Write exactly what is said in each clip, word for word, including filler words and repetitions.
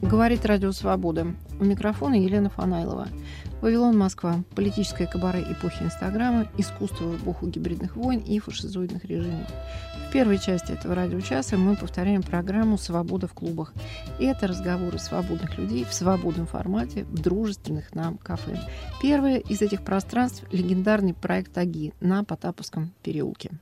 Говорит Радио Свобода. У микрофона Елена Фанайлова. Вавилон, Москва. Политическое кабаре эпохи Инстаграма, искусство в эпоху гибридных войн и фашизоидных режимов. В первой части этого радиочаса мы повторяем программу «Свобода в клубах». И это разговоры свободных людей в свободном формате в дружественных нам кафе. Первое из этих пространств – легендарный проект «Аги» на Потаповском переулке.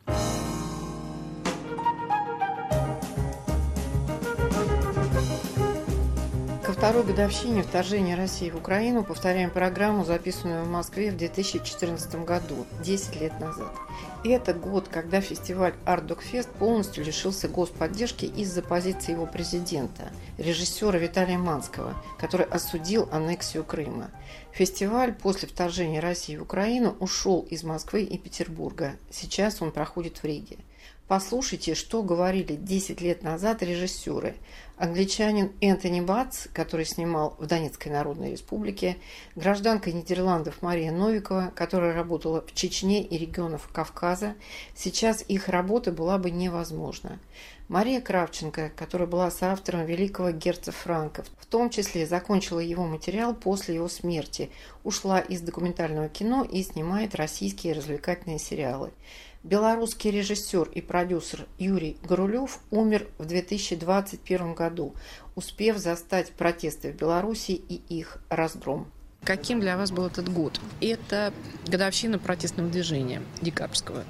Ко второй годовщине вторжения России в Украину повторяем программу, записанную в Москве в две тысячи четырнадцатом году, десять лет назад. И это год, когда фестиваль Art Dog Fest полностью лишился господдержки из-за позиции его президента, режиссера Виталия Манского, который осудил аннексию Крыма. Фестиваль после вторжения России в Украину ушел из Москвы и Петербурга. Сейчас он проходит в Риге. Послушайте, что говорили десять лет назад режиссеры. Англичанин Энтони Батц, который снимал в Донецкой Народной Республике, гражданка Нидерландов Мария Новикова, которая работала в Чечне и регионах Кавказа. Сейчас их работа была бы невозможна. Мария Кравченко, которая была соавтором великого герца Франка, в том числе закончила его материал после его смерти, ушла из документального кино и снимает российские развлекательные сериалы. Белорусский режиссер и продюсер Юрий Горулев умер в две тысячи двадцать первом году, успев застать протесты в Беларуси и их разгром. Каким для вас был этот год? Это годовщина протестного движения декабрьского.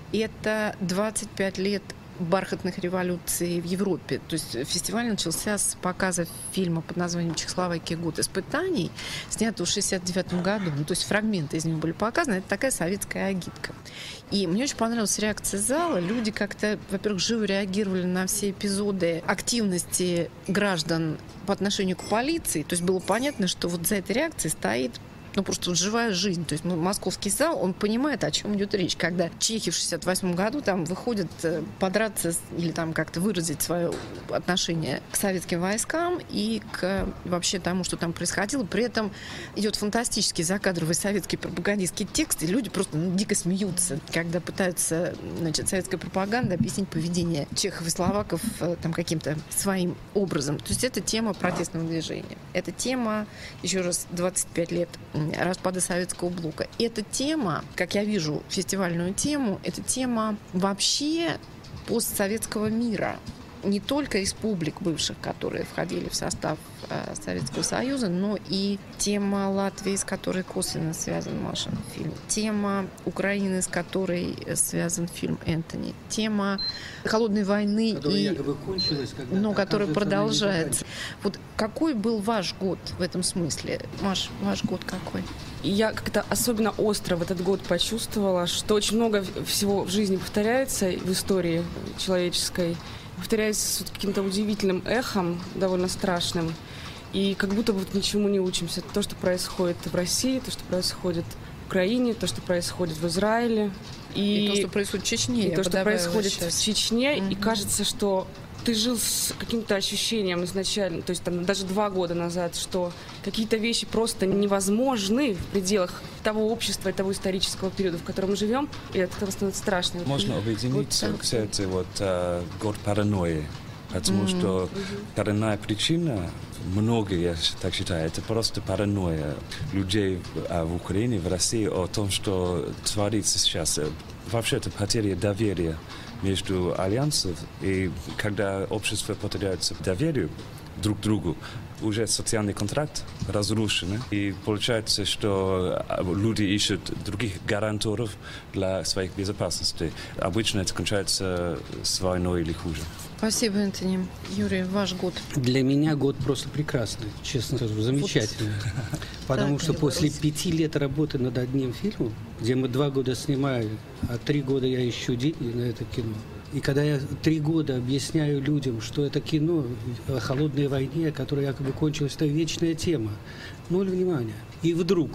Это двадцать пять лет бархатных революций в Европе. То есть фестиваль начался с показа фильма под названием «Чехословакия. Год испытаний», снятого в шестьдесят девятом году. Ну, то есть фрагменты из него были показаны. Это такая советская агитка. И мне очень понравилась реакция зала. Люди как-то, во-первых, живо реагировали на все эпизоды активности граждан по отношению к полиции. То есть было понятно, что вот за этой реакцией стоит ну, просто вот живая жизнь. То есть ну, московский зал, он понимает, о чем идет речь. Когда чехи в шестьдесят восьмом году там выходят подраться или там как-то выразить свое отношение к советским войскам и к вообще тому, что там происходило. При этом идет фантастический закадровый советский пропагандистский текст, и люди просто ну, дико смеются, когда пытаются, значит, советская пропаганда объяснить поведение чехов и словаков там каким-то своим образом. То есть это тема протестного движения. Это тема, еще раз, двадцать пять лет распада советского блока. И эта тема, как я вижу фестивальную тему, это тема вообще постсоветского мира. Не только республик бывших, которые входили в состав э, Советского Союза, но и тема Латвии, с которой косвенно связан Машин фильм, тема Украины, с которой связан фильм Энтони, тема холодной войны, которая и, якобы кончилась, когда но которая продолжается. Вот какой был ваш год в этом смысле? Маш, ваш год какой? Я как-то особенно остро в этот год почувствовала, что очень много всего в жизни повторяется в истории человеческой, повторяется с каким-то удивительным эхом, довольно страшным. И как будто вот ничему не учимся. То, что происходит в России, то, что происходит в Украине, то, что происходит в Израиле. И, и то, что происходит в Чечне. И то, что происходит сейчас в Чечне. Mm-hmm. И кажется, что ты жил с каким-то ощущением изначально, то есть там даже два года назад, что какие-то вещи просто невозможны в пределах того общества и того исторического периода, в котором мы живем, и от этого становится страшно. Можно объединить вот, кстати, вот а, год паранойи, потому mm-hmm. что коренная причина, многие, я так считаю, это просто паранойя людей а, в Украине, в России о том, что творится сейчас. Вообще это потеря доверия между альянсом, и когда общество потеряется доверию друг к другу, уже социальный контракт разрушен, и получается, что люди ищут других гаранторов для своих безопасности. Обычно это кончается с войной или хуже. Спасибо, Энтони. Юрий, ваш год? Для меня год просто прекрасный, честно скажу, замечательный. Вот. Потому так, что после вопрос. пяти лет работы над одним фильмом, где мы два года снимали, а три года я ищу деньги на это кино, и когда я три года объясняю людям, что это кино о холодной войне, которая якобы кончилась, это вечная тема, ноль внимания. И вдруг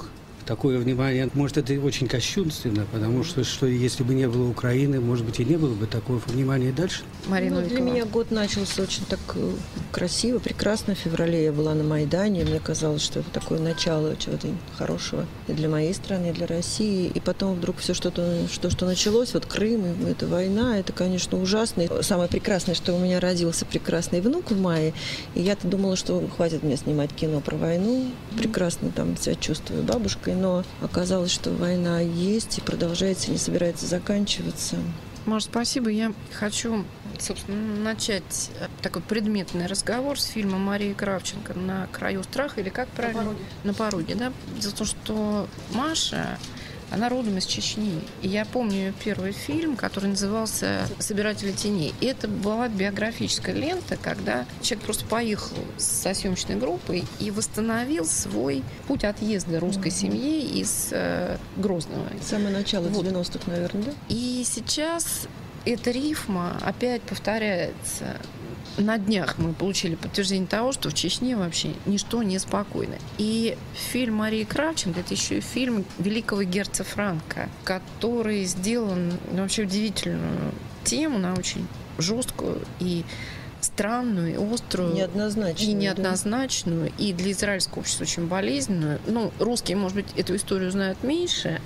такое внимание. Может, это очень кощунственно, потому что, что если бы не было Украины, может быть, и не было бы такого внимания дальше. Марина ну, для меня год начался очень так красиво, прекрасно. В феврале я была на Майдане, и мне казалось, что это такое начало чего-то хорошего и для моей страны, и для России. И потом вдруг все что-то, что, что началось, вот Крым, эта война, это, конечно, ужасно. И самое прекрасное, что у меня родился прекрасный внук в мае, и я-то думала, что хватит мне снимать кино про войну. Прекрасно там себя чувствую бабушкой, но оказалось, что война есть и продолжается, не собирается заканчиваться. Маша, спасибо. Я хочу, собственно, начать такой предметный разговор с фильма Марии Кравченко «На краю страха», или как правильно? На пороге. На пороге, да. Дело в том, что Маша, она родом из Чечни. И я помню ее первый фильм, который назывался «Собиратели теней». И это была биографическая лента, когда человек просто поехал со съемочной группой и восстановил свой путь отъезда русской mm-hmm. семьи из э, Грозного. Самое начало вот. девяностых, наверное, да? И сейчас эта рифма опять повторяется. На днях мы получили подтверждение того, что в Чечне вообще ничто не спокойно. И фильм Марии Кравченко — это еще и фильм великого Герца Франка, который сделан ну, вообще удивительную тему, на очень жесткую и странную, и острую, неоднозначную, и неоднозначную, да? И для израильского общества очень болезненную. Ну, русские, может быть, эту историю знают меньше,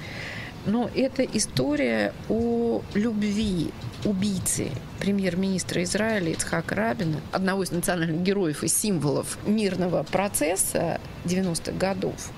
но это история о любви убийцы премьер-министра Израиля Ицхака Рабина, одного из национальных героев и символов мирного процесса девяностых годов,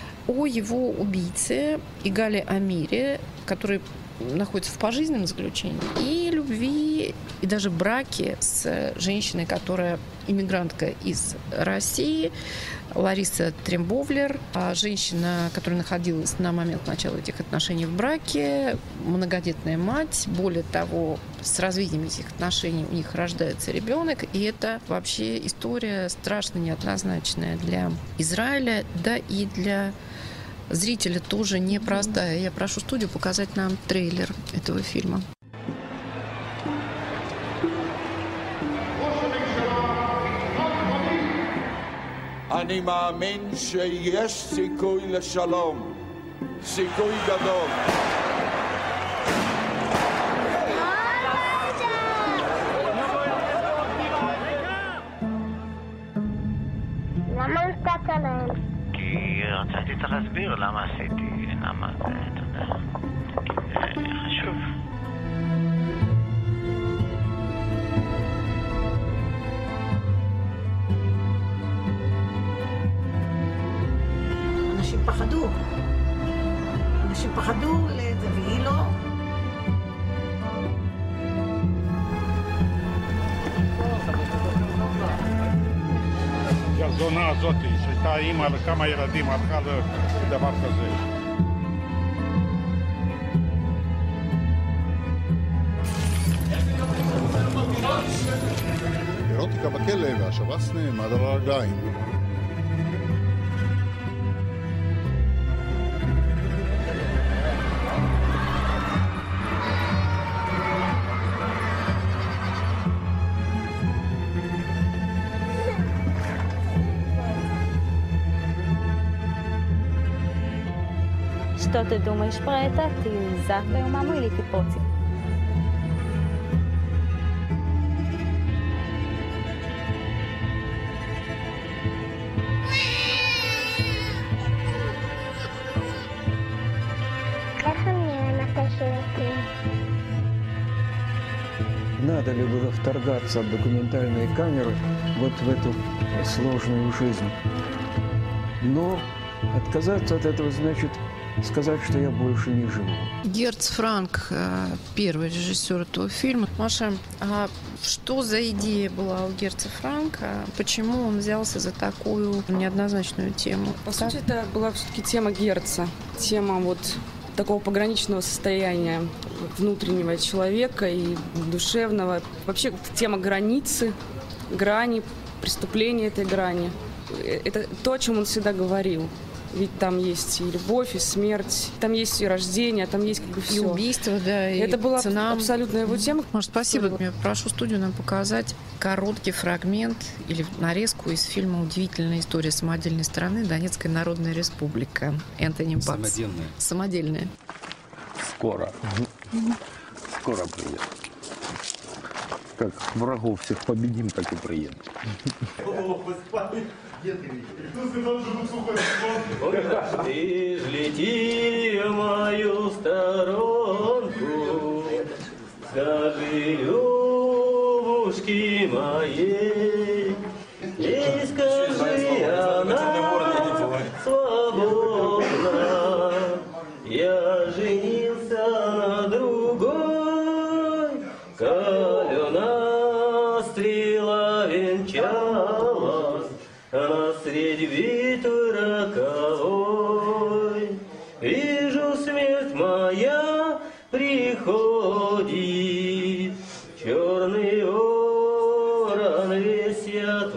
о его убийце Игале Амире, который находится в пожизненном заключении, и любви, и даже браке с женщиной, которая иммигрантка из России, Лариса Трембовлер, женщина, которая находилась на момент начала этих отношений в браке, многодетная мать. Более того, с развитием этих отношений у них рождается ребенок, и это вообще история страшно неоднозначная для Израиля, да и для зрителя тоже непростая. Я прошу студию показать нам трейлер этого фильма. אני מאמין שיש סיכוי לשלום, סיכוי גדול. למה הסתכלת עליהם? כי רציתי צריך להסביר למה עשיתי, למה זה, אתה יודע, כי זה חשוב. אנשים פחדו, אנשים פחדו לזה, והיא לא. הזונה הזאת, שהייתה אימא לכמה ילדים, הלכה לדבר כזה. אירוטיקה בכלא והשב"ס נעמד על הרגליים. Что ты думаешь про это? Ты за твою маму или ты против? Надо ли было вторгаться от документальной камеры вот в эту сложную жизнь? Но отказаться от этого значит сказать, что я больше не живу. Герц Франк, первый режиссер этого фильма. Маша, а что за идея была у Герца Франка? Почему он взялся за такую неоднозначную тему? По так? сути, это была все-таки тема Герца. Тема вот такого пограничного состояния внутреннего человека и душевного. Вообще тема границы, грани, преступления этой грани. Это то, о чем он всегда говорил. Ведь там есть и любовь, и смерть, там есть и рождение, там есть как бы все. И убийство, да, и это была цена. Абсолютно его тема. Может, спасибо. Я прошу студию нам показать короткий фрагмент или нарезку из фильма «Удивительная история самодельной страны. Донецкая Народная Республика». Энтони Бакс. Самодельная. Самодельная. Скоро. Скоро приедет. Как врагов всех победим, так и приедем. Ты ж лети в мою сторонку, скажи, любушки моей, и скажи, она свободна, я женился на другой, калена стрела венчалась, а средь битвы роковой. Вижу, смерть моя приходит, черный ворон весь я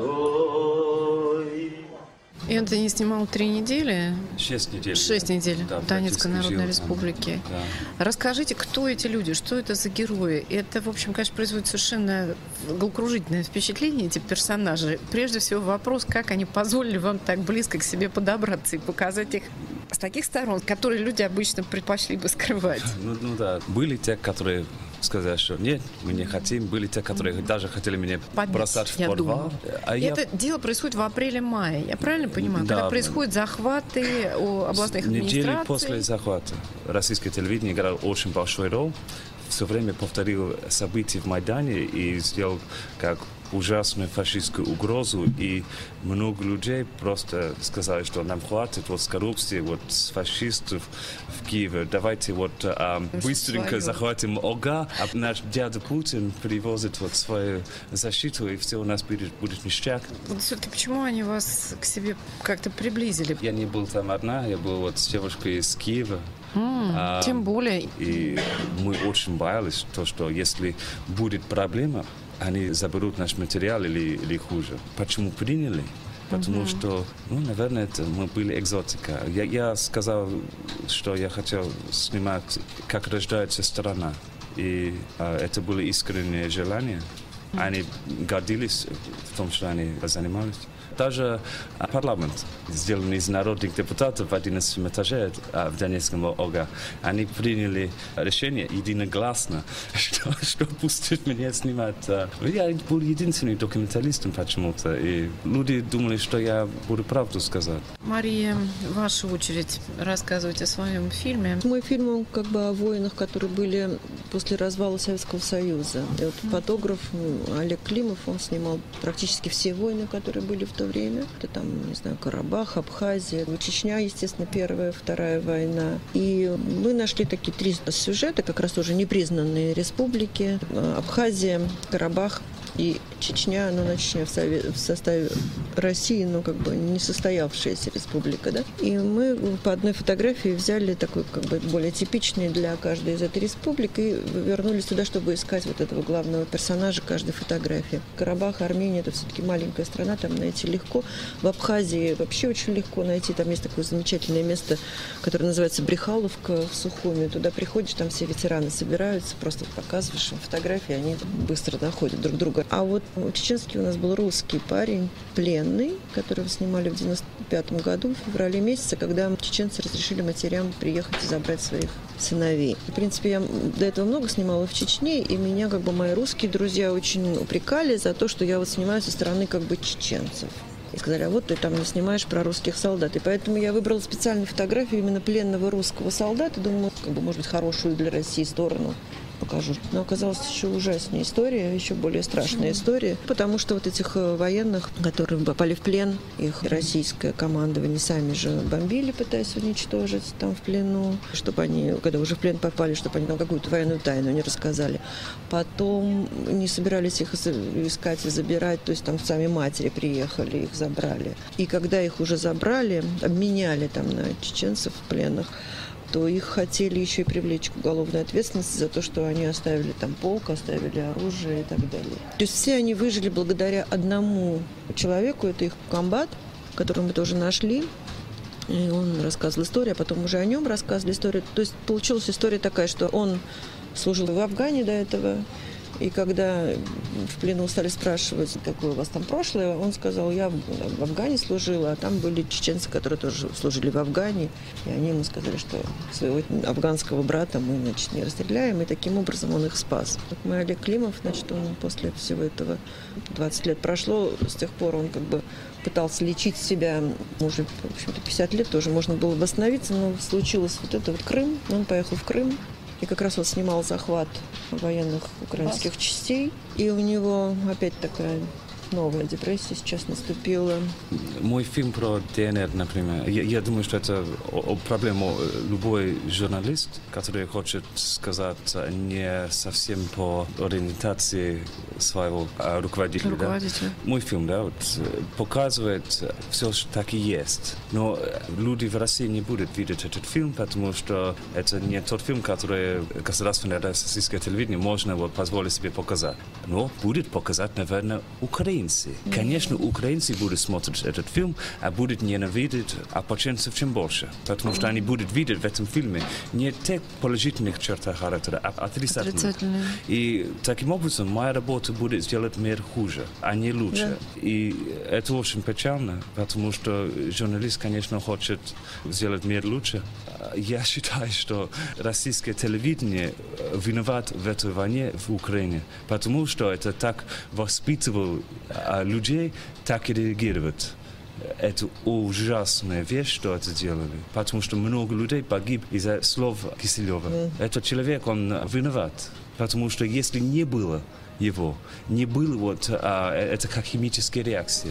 твой. Энтони снимал три недели. Шесть недель. Шесть недель да, в Донецкой Народной жил, Республике. Да. Расскажите, кто эти люди, что это за герои? Это, в общем, конечно, производит совершенно головокружительное впечатление, эти персонажи. Прежде всего вопрос, как они позволили вам так близко к себе подобраться и показать их с таких сторон, которые люди обычно предпочли бы скрывать. Ну, ну да, были те, которые сказали, что нет, мы не хотим. Были те, которые даже хотели меня Побить, бросать в я подвал. А Это я... дело происходит в апреле-мае. Я правильно понимаю? Да. Когда происходят захваты у областных администраций. Недели после захвата российское телевидение играло очень большой роль. Все время повторил события в Майдане и сделал как ужасную фашистскую угрозу, и много людей просто сказали, что нам хватит вот с коррупции, вот с фашистов в Киеве, давайте вот а, быстренько свою. захватим ОГА, а наш дядя Путин привозит вот свою защиту, и все у нас будет, будет ништяк. Вот все-таки почему они вас к себе как-то приблизили? Я не был там одна, я был вот с девушкой из Киева. Mm, а, тем более. И мы очень боялись, то, что если будет проблема, они заберут наш материал или, или хуже. Почему приняли? Потому mm-hmm. что, ну, наверное, это мы были экзотика. Я, я сказал, что я хотел снимать, как рождается страна. И а, это было искреннее желание. Mm-hmm. Они гордились в том, что они занимались. Даже парламент, сделанный из народных депутатов в одиннадцатом этаже в Донецком ОГА, они приняли решение единогласно, что, что пустят меня снимать. Я был единственным документалистом почему-то, и люди думали, что я буду правду сказать. Мария, ваша очередь рассказывать о своем фильме. Мой фильм, он как бы о воинах, которые были после развала Советского Союза. И вот фотограф Олег Климов, он снимал практически все войны, которые были в то время. Это там, не знаю, Карабах, Абхазия, Чечня, естественно, первая, вторая война. И мы нашли такие три сюжета, как раз уже непризнанные республики. Абхазия, Карабах и Чечня, ну, на Чечня в, сове- в составе России, но как бы не состоявшаяся республика, да. И мы по одной фотографии взяли такой как бы более типичный для каждой из этой республик и вернулись туда, чтобы искать вот этого главного персонажа каждой фотографии. Карабах, Армения — это все-таки маленькая страна, там найти легко. В Абхазии вообще очень легко найти. Там есть такое замечательное место, которое называется Брехаловка в Сухуми. Туда приходишь, там все ветераны собираются, просто показываешь им фотографии, они быстро находят друг друга. А вот чеченский у нас был русский парень, пленный, которого снимали в девяносто пятом году, в феврале месяце, когда чеченцы разрешили матерям приехать и забрать своих сыновей. В принципе, я до этого много снимала в Чечне, и меня как бы мои русские друзья очень упрекали за то, что я вот снимаю со стороны как бы чеченцев. И сказали, а вот ты там не снимаешь про русских солдат. И поэтому я выбрала специальную фотографию именно пленного русского солдата. Думаю, как бы, может быть, хорошую для России сторону покажу. Но оказалась еще ужаснее история, еще более страшная история, потому что вот этих военных, которые попали в плен, их российское командование сами же бомбили, пытаясь уничтожить там в плену, чтобы они, когда уже в плен попали, чтобы они там какую-то военную тайну не рассказали. Потом не собирались их искать и забирать, то есть там сами матери приехали, их забрали. И когда их уже забрали, обменяли там на чеченцев пленных, то их хотели еще и привлечь к уголовной ответственности за то, что они оставили там полк, оставили оружие и так далее. То есть все они выжили благодаря одному человеку, это их комбат, которого мы тоже нашли. И он рассказывал историю, а потом уже о нем рассказывали историю. То есть получилась история такая, что он служил в Афгане до этого. И когда в плену стали спрашивать, какое у вас там прошлое, он сказал, я в Афгане служил, а там были чеченцы, которые тоже служили в Афгане. И они ему сказали, что своего афганского брата мы, значит, не расстреляем. И таким образом он их спас. Вот мой Олег Климов, значит, он после всего этого, двадцать лет прошло, с тех пор он как бы пытался лечить себя. Уже, в общем-то, пятьдесят лет тоже можно было восстановиться, но случилось вот это вот Крым. Он поехал в Крым. И как раз вот снимал захват военных украинских частей. И у него опять такая новая депрессия сейчас наступила. Мой фильм про ДНР, например, я, я думаю, что это проблема любой журналист, который хочет сказать не совсем по ориентации своего руководителя. руководителя. Да? Мой фильм, да, вот, показывает все, что так и есть. Но люди в России не будут видеть этот фильм, потому что это не тот фильм, который государственное российское телевидение можно вот, позволить себе показать. Но будет показать, наверное, Украина. Конечно, украинцы будут смотреть этот фильм, а будут ненавидеть опоченцев чем больше. Потому что они будут видеть в этом фильме не тех положительных чертах характера, а отрицательных. Отрицательные. И таким образом моя работа будет сделать мир хуже, а не лучше. Да. И это очень печально, потому что журналист, конечно, хочет сделать мир лучше. Я считаю, что российское телевидение виноват в этой войне в Украине, потому что это так воспитывало людей, так и реагировать. Это ужасная вещь, что это делали, потому что много людей погиб из-за слов Киселева. Mm. Этот человек, он виноват, потому что если не было его, не было вот, а, это как химическая реакция.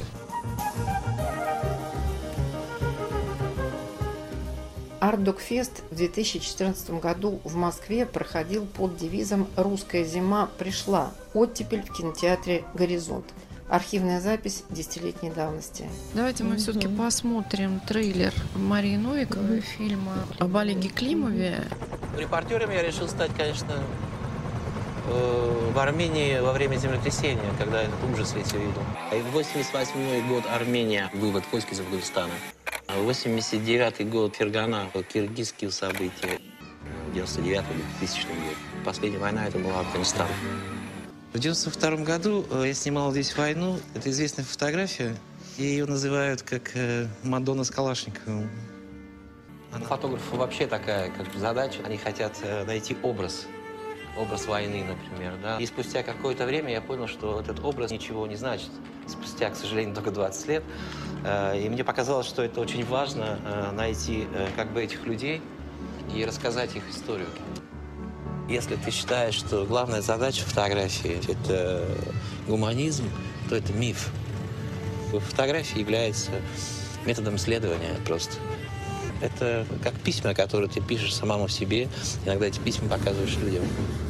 Артдокфест в две тысячи четырнадцатом году в Москве проходил под девизом «Русская зима пришла. Оттепель в кинотеатре «Горизонт». Архивная запись десятилетней давности. Давайте мы mm-hmm. все-таки посмотрим трейлер Марии Новиковой, mm-hmm. фильма об Олеге Климове. Репортером я решил стать, конечно, в Армении во время землетрясения, когда этот ужас весь увидел. В восемьдесят восьмой год Армения, вывод войск из Афганистана. восемьдесят девятый год Фергана, киргизские события. девяносто девятый год, двухтысячный год. Последняя война это была Афганистан. В девяносто втором году я снимал здесь войну. Это известная фотография. И ее называют как Мадонна с Калашниковым. У фотографа вообще такая как задача. Они хотят найти образ. Образ войны, например. Да? И спустя какое-то время я понял, что этот образ ничего не значит. Спустя, к сожалению, только двадцать лет. И мне показалось, что это очень важно найти как бы этих людей и рассказать их историю. Если ты считаешь, что главная задача фотографии – это гуманизм, то это миф. Фотография является методом исследования просто. Это как письма, которые ты пишешь самому себе. Иногда эти письма показываешь людям.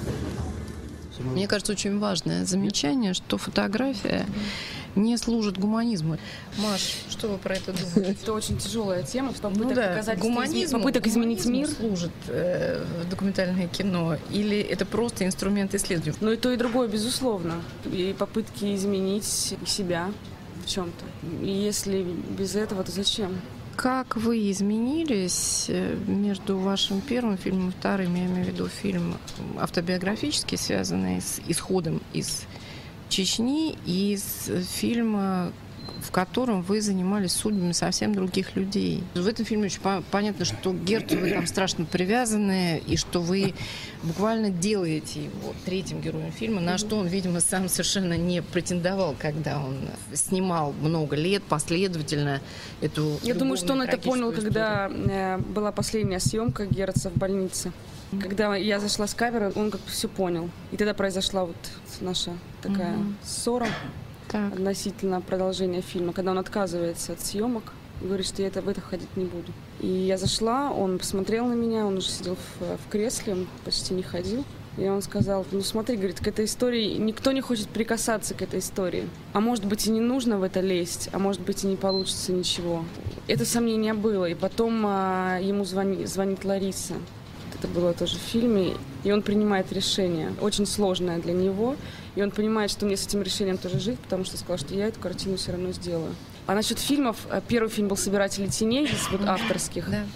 Мне кажется, очень важное замечание, что фотография не служит гуманизму. Маш, что вы про это думаете? Это очень тяжелая тема, попыток ну да, показать, гуманизм, попыток изменить мир. Служит э, документальное кино или это просто инструмент исследования? Ну и то, и другое, безусловно. И попытки изменить себя в чем-то. И если без этого, то зачем? Как вы изменились между вашим первым фильмом и вторым? Я имею в виду фильм автобиографический, связанный с исходом из Чечни, и с фильма, в котором вы занимались судьбами совсем других людей. В этом фильме очень по- понятно, что к Герту вы там страшно привязаны, и что вы буквально делаете его третьим героем фильма, на что он, видимо, сам совершенно не претендовал, когда он снимал много лет последовательно эту Я думаю, что он это понял, историю. когда э, была последняя съемка Герца в больнице. Mm-hmm. Когда я зашла с камеры, он как бы все понял. И тогда произошла вот наша такая mm-hmm. ссора. Так. Относительно продолжения фильма, когда он отказывается от съемок и говорит, что я это, в это ходить не буду. И я зашла, он посмотрел на меня, он уже сидел в, в кресле, он почти не ходил. И он сказал, ну смотри, говорит, к этой истории, никто не хочет прикасаться к этой истории. А может быть и не нужно в это лезть, а может быть и не получится ничего. Это сомнение было. И потом а, ему звони, звонит Лариса. Это было тоже в фильме. И и он принимает решение, очень сложное для него, и он понимает, что мне с этим решением тоже жить, потому что сказал, что я эту картину все равно сделаю. А насчет фильмов, первый фильм был «Собиратели теней», из вот авторских, да.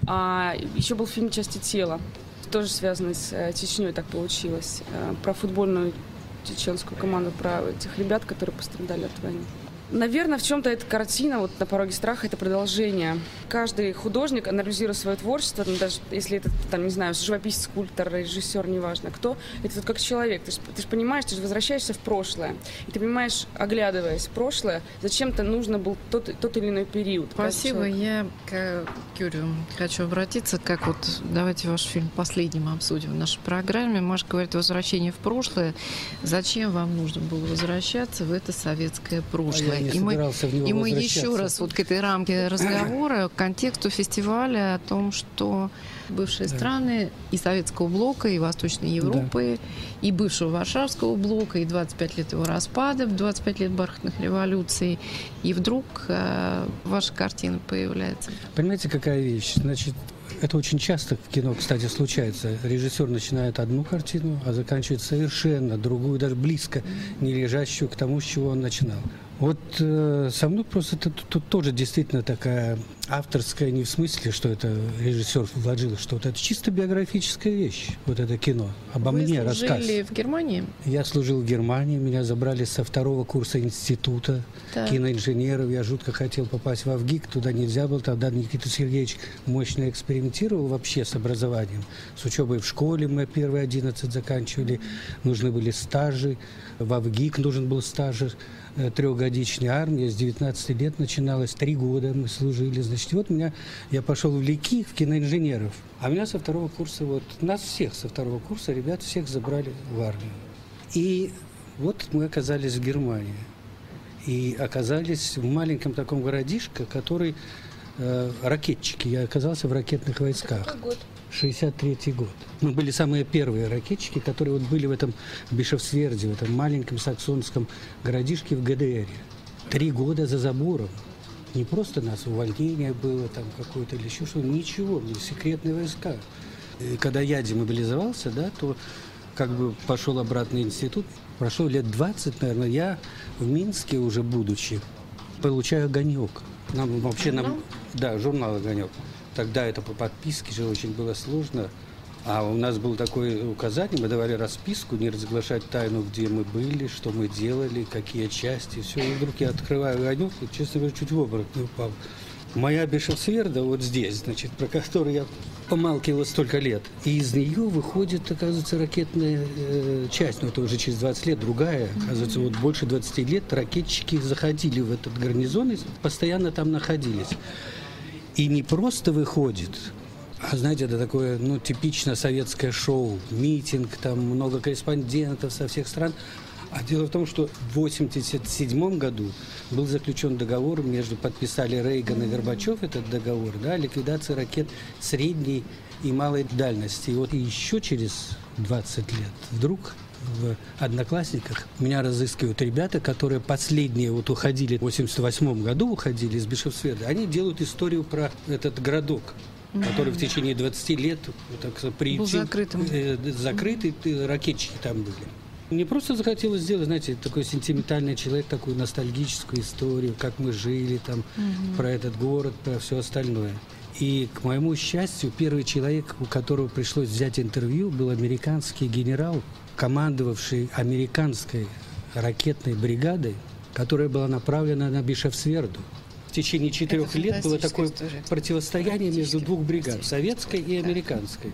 А еще был фильм «Части тела», тоже связанный с Чечней, так получилось, про футбольную чеченскую команду, про этих ребят, которые пострадали от войны. Наверное, в чем-то эта картина, вот «На пороге страха», это продолжение. Каждый художник, анализируя свое творчество, ну, даже если это, там, не знаю, живописец, скульптор, режиссер, неважно кто, это вот как человек. Ты же, ты же понимаешь, ты же возвращаешься в прошлое. И ты понимаешь, оглядываясь в прошлое, зачем-то нужно был тот, тот или иной период. Спасибо. Я к Юрию хочу обратиться. Как вот, давайте ваш фильм последним обсудим в нашей программе. Маша говорит, возвращение в прошлое. Зачем вам нужно было возвращаться в это советское прошлое? И мы, и мы еще раз вот к этой рамке разговора, к контексту фестиваля о том, что бывшие да. страны и Советского блока, и Восточной Европы, да. и бывшего Варшавского блока, и двадцать пять лет его распада, двадцать пять лет бархатных революций, и вдруг э, ваша картина появляется. Понимаете, какая вещь? Значит, это очень часто в кино, кстати, случается. Режиссер начинает одну картину, а заканчивает совершенно другую, даже близко не лежащую к тому, с чего он начинал. Вот э, со мной просто это, тут, тут тоже действительно такая авторская, не в смысле, что это режиссер вложил, что вот это чисто биографическая вещь, вот это кино. Обо Вы мне рассказ. Вы служили в Германии? Я служил в Германии, меня забрали со второго курса института так. киноинженеров. Я жутко хотел попасть в АВГИК, туда нельзя было. Тогда Никита Сергеевич мощно экспериментировал вообще с образованием. С учебой в школе мы первые одиннадцать заканчивали, нужны были стажи, в АВГИК нужен был стаж. Трехгодичная армия, с девятнадцати лет начиналась, три года мы служили. Значит, вот меня, я пошел в ЛИКИ, в киноинженеров, а меня со второго курса, вот, нас всех со второго курса, ребят всех забрали в армию. И вот мы оказались в Германии. И оказались в маленьком таком городишке, который, э, ракетчики, я оказался в ракетных войсках. Какой год? шестьдесят третий год. Мы были самые первые ракетчики, которые вот были в этом Бишевсверде, в этом маленьком саксонском городишке в ГДР. Три года за забором. Не просто нас увольнение было там какое-то или еще что-то, ничего, секретные войска. И когда я демобилизовался, да, то как бы пошел обратно в институт. Прошло лет двадцать, наверное, я в Минске уже будучи, получаю «Огонек». Нам вообще, нам, да, журнал «Огонек». Тогда это по подписке же очень было сложно. А у нас было такое указание, мы давали расписку, не разглашать тайну, где мы были, что мы делали, какие части, все. И вдруг я открываю «Огонек», и, честно говоря, чуть в обморок не упал. Моя Бишевсверда вот здесь, значит, про которую я помалкивал столько лет. И из нее выходит, оказывается, ракетная э, часть. Но это уже через двадцать лет другая. Оказывается, вот больше двадцати лет ракетчики заходили в этот гарнизон и постоянно там находились. И не просто выходит, а, знаете, это такое, ну, типично советское шоу, митинг, там много корреспондентов со всех стран. А дело в том, что в восемьдесят седьмом году был заключен договор между, подписали Рейган и Горбачев этот договор, да, о ликвидации ракет средней и малой дальности. И вот еще через двадцать лет вдруг в «Одноклассниках» меня разыскивают ребята, которые последние вот уходили, в восемьдесят восьмом году уходили из Бишевсверда. Они делают историю про этот городок, который в течение двадцати лет вот так приютил. Был закрытым. Э, закрытый, ракетчики там были. Мне просто захотелось сделать, знаете, такой сентиментальный человек, такую ностальгическую историю, как мы жили там, угу. про этот город, про все остальное. И, к моему счастью, первый человек, у которого пришлось взять интервью, был американский генерал, командовавший американской ракетной бригадой, которая была направлена на Бишевсверду. В течение четырех лет было такое история. Противостояние между двух бригад, советской и американской.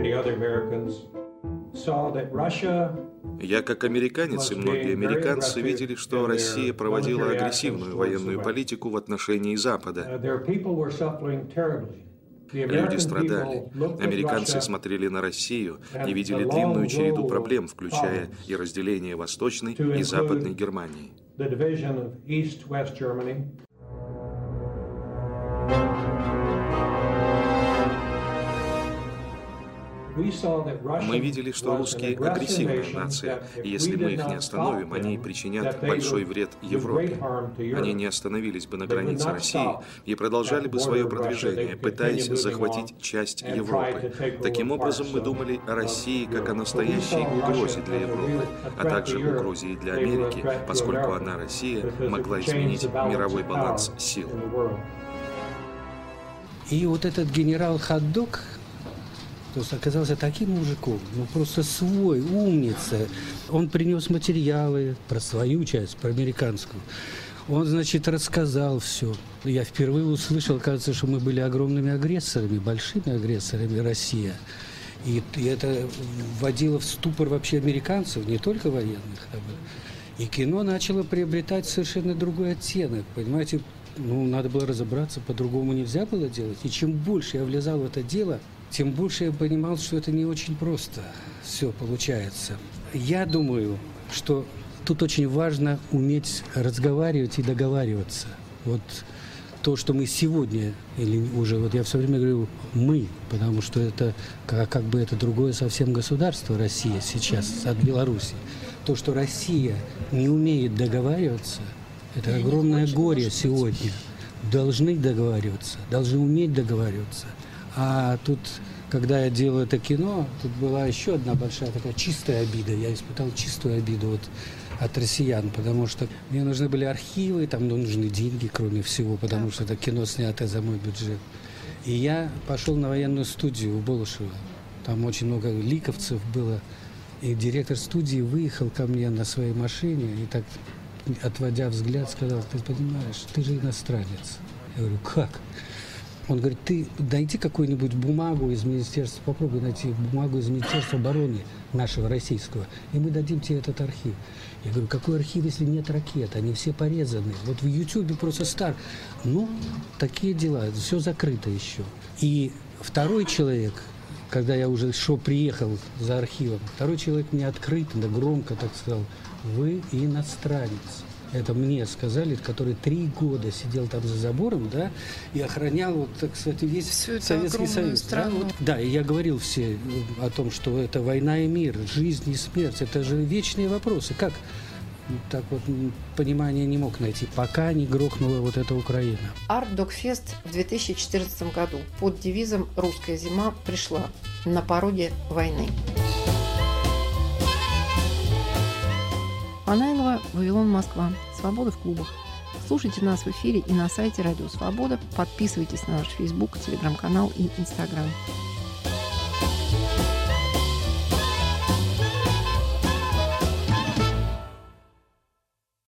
Я, как американец, и многие американцы видели, что Россия проводила агрессивную военную политику в отношении Запада. Люди страдали. Американцы смотрели на Россию и видели длинную череду проблем, включая и разделение Восточной и Западной Германии. Мы видели, что русские агрессивная нация, и если мы их не остановим, они причинят большой вред Европе. Они не остановились бы на границе России и продолжали бы свое продвижение, пытаясь захватить часть Европы. Таким образом, мы думали о России как о настоящей угрозе для Европы, а также угрозе и для Америки, поскольку она, Россия, могла изменить мировой баланс сил. И вот этот генерал Хот-Дог, то есть оказался таким мужиком, ну просто свой, умница. Он принес материалы про свою часть, про американскую. Он, значит, рассказал все. Я впервые услышал, кажется, что мы были огромными агрессорами, большими агрессорами, Россия. И, и это вводило в ступор вообще американцев, не только военных. И кино начало приобретать совершенно другой оттенок, понимаете? Ну, надо было разобраться, по-другому нельзя было делать. И чем больше я влезал в это дело, тем больше я понимал, что это не очень просто все получается. Я думаю, что тут очень важно уметь разговаривать и договариваться. Вот то, что мы сегодня, или уже, вот я все время говорю «мы», потому что это как, как бы это другое совсем государство, Россия сейчас, от Беларуси. То, что Россия не умеет договариваться, это огромное горе сегодня. Должны договариваться, должны уметь договариваться. А тут, когда я делал это кино, тут была еще одна большая такая чистая обида. Я испытал чистую обиду вот от россиян, потому что мне нужны были архивы, там нужны деньги, кроме всего, потому что это кино снято за мой бюджет. И я пошел на военную студию в Болошево. Там очень много ликовцев было. И директор студии выехал ко мне на своей машине и так, отводя взгляд, сказал: ты понимаешь, ты же иностранец. Я говорю: как? Он говорит: ты найди какую-нибудь бумагу из Министерства, попробуй найти бумагу из Министерства обороны нашего российского, и мы дадим тебе этот архив. Я говорю: какой архив, если нет ракет? Они все порезаны. Вот в Ютубе просто стар. Ну, такие дела, все закрыто еще. И второй человек, когда я уже шо приехал за архивом, второй человек мне открыто, да громко так сказал: вы иностранец. Это мне сказали, который три года сидел там за забором, да, и охранял, вот, так сказать, весь Всю Советский Союз. Да, вот, да, и я говорил все о том, что это война и мир, жизнь и смерть. Это же вечные вопросы. Как так вот понимания не мог найти, пока не грохнула вот эта Украина. Арт-Док-фест в две тысячи четырнадцатом году под девизом «Русская зима пришла» на пороге войны. Панайлова, Вавилон, Москва. Свобода в клубах. Слушайте нас в эфире и на сайте Радио Свобода. Подписывайтесь на наш Фейсбук, Телеграм-канал и Инстаграм.